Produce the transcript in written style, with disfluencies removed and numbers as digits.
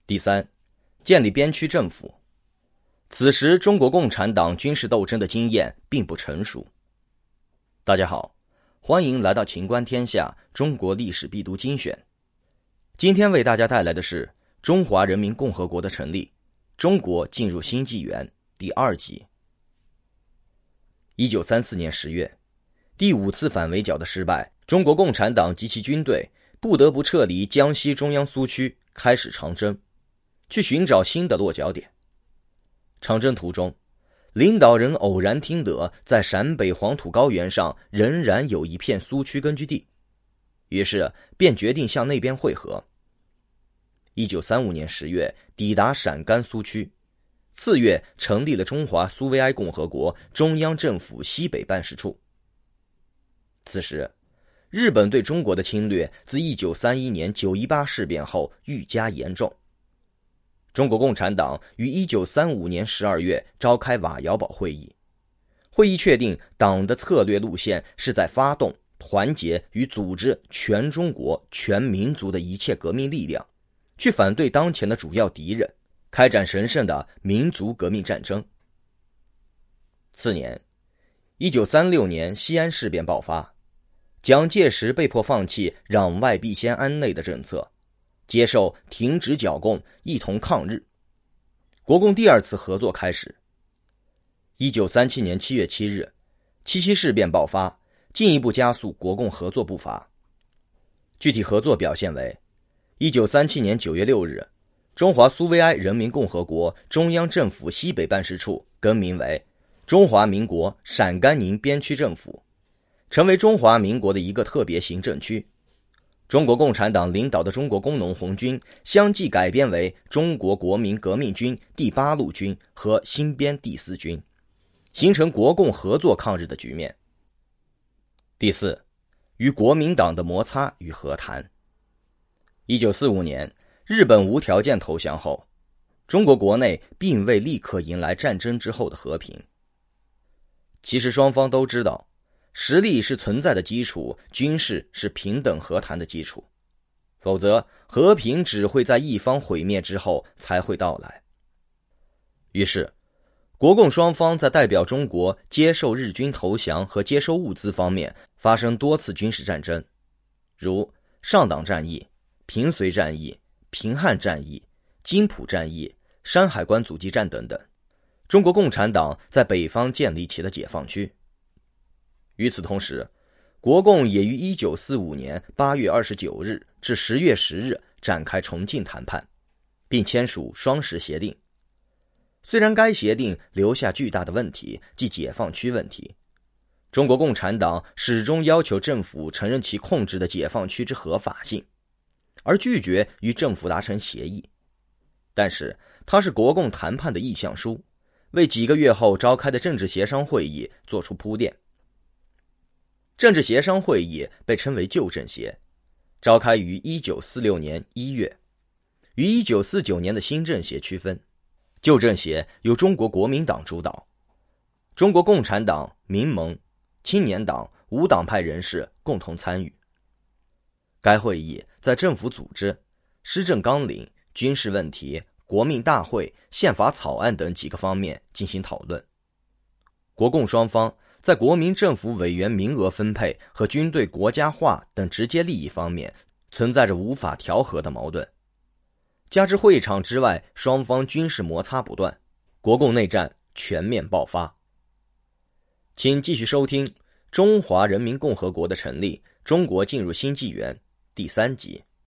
第三，建立边区政府。此时中国共产党军事斗争的经验并不成熟。大家好，欢迎来到秦观天下中国历史必读精选。今天为大家带来的是中华人民共和国的成立，中国进入新纪元第2集。1934年10月，第5次反围剿的失败，中国共产党及其军队不得不撤离江西中央苏区，开始长征，去寻找新的落脚点。长征途中，领导人偶然听得在陕北黄土高原上仍然有一片苏区根据地，于是便决定向那边会合。1935年10月抵达陕甘苏区，次月成立了中华苏维埃共和国中央政府西北办事处。此时日本对中国的侵略自1931年9·18事变后愈加严重。中国共产党于1935年12月召开瓦窑堡会议，会议确定党的策略路线是在发动、团结与组织全中国全民族的一切革命力量，去反对当前的主要敌人，开展神圣的民族革命战争。次年1936年西安事变爆发，蒋介石被迫放弃攘外必先安内的政策，接受停止剿共，一同抗日。国共第2次合作开始。1937年7月7日，七七事变爆发，进一步加速国共合作步伐。具体合作表现为：1937年9月6日，中华苏维埃人民共和国中央政府西北办事处更名为中华民国陕甘宁边区政府，成为中华民国的一个特别行政区。中国共产党领导的中国工农红军相继改编为中国国民革命军第8路军和新编第4军，形成国共合作抗日的局面。第四，与国民党的摩擦与和谈。1945年日本无条件投降后，中国国内并未立刻迎来战争之后的和平。其实双方都知道，实力是存在的基础，军事是平等和谈的基础，否则和平只会在一方毁灭之后才会到来。于是国共双方在代表中国接受日军投降和接收物资方面发生多次军事战争，如上党战役、平绥战役、平汉战役、津浦战役、山海关阻击战等等。中国共产党在北方建立起了解放区。与此同时，国共也于1945年8月29日至10月10日展开重庆谈判，并签署双十协定。虽然该协定留下巨大的问题，即解放区问题，中国共产党始终要求政府承认其控制的解放区之合法性，而拒绝与政府达成协议。但是它是国共谈判的意向书，为几个月后召开的政治协商会议做出铺垫。政治协商会议被称为旧政协，召开于1946年1月，与1949年的新政协区分。旧政协由中国国民党主导，中国共产党、民盟、青年党、无党派人士共同参与。该会议在政府组织、施政纲领、军事问题、国民大会、宪法草案等几个方面进行讨论。国共双方在国民政府委员名额分配和军队国家化等直接利益方面存在着无法调和的矛盾，加之会场之外双方军事摩擦不断，国共内战全面爆发。请继续收听《中华人民共和国的成立，中国进入新纪元》第3集。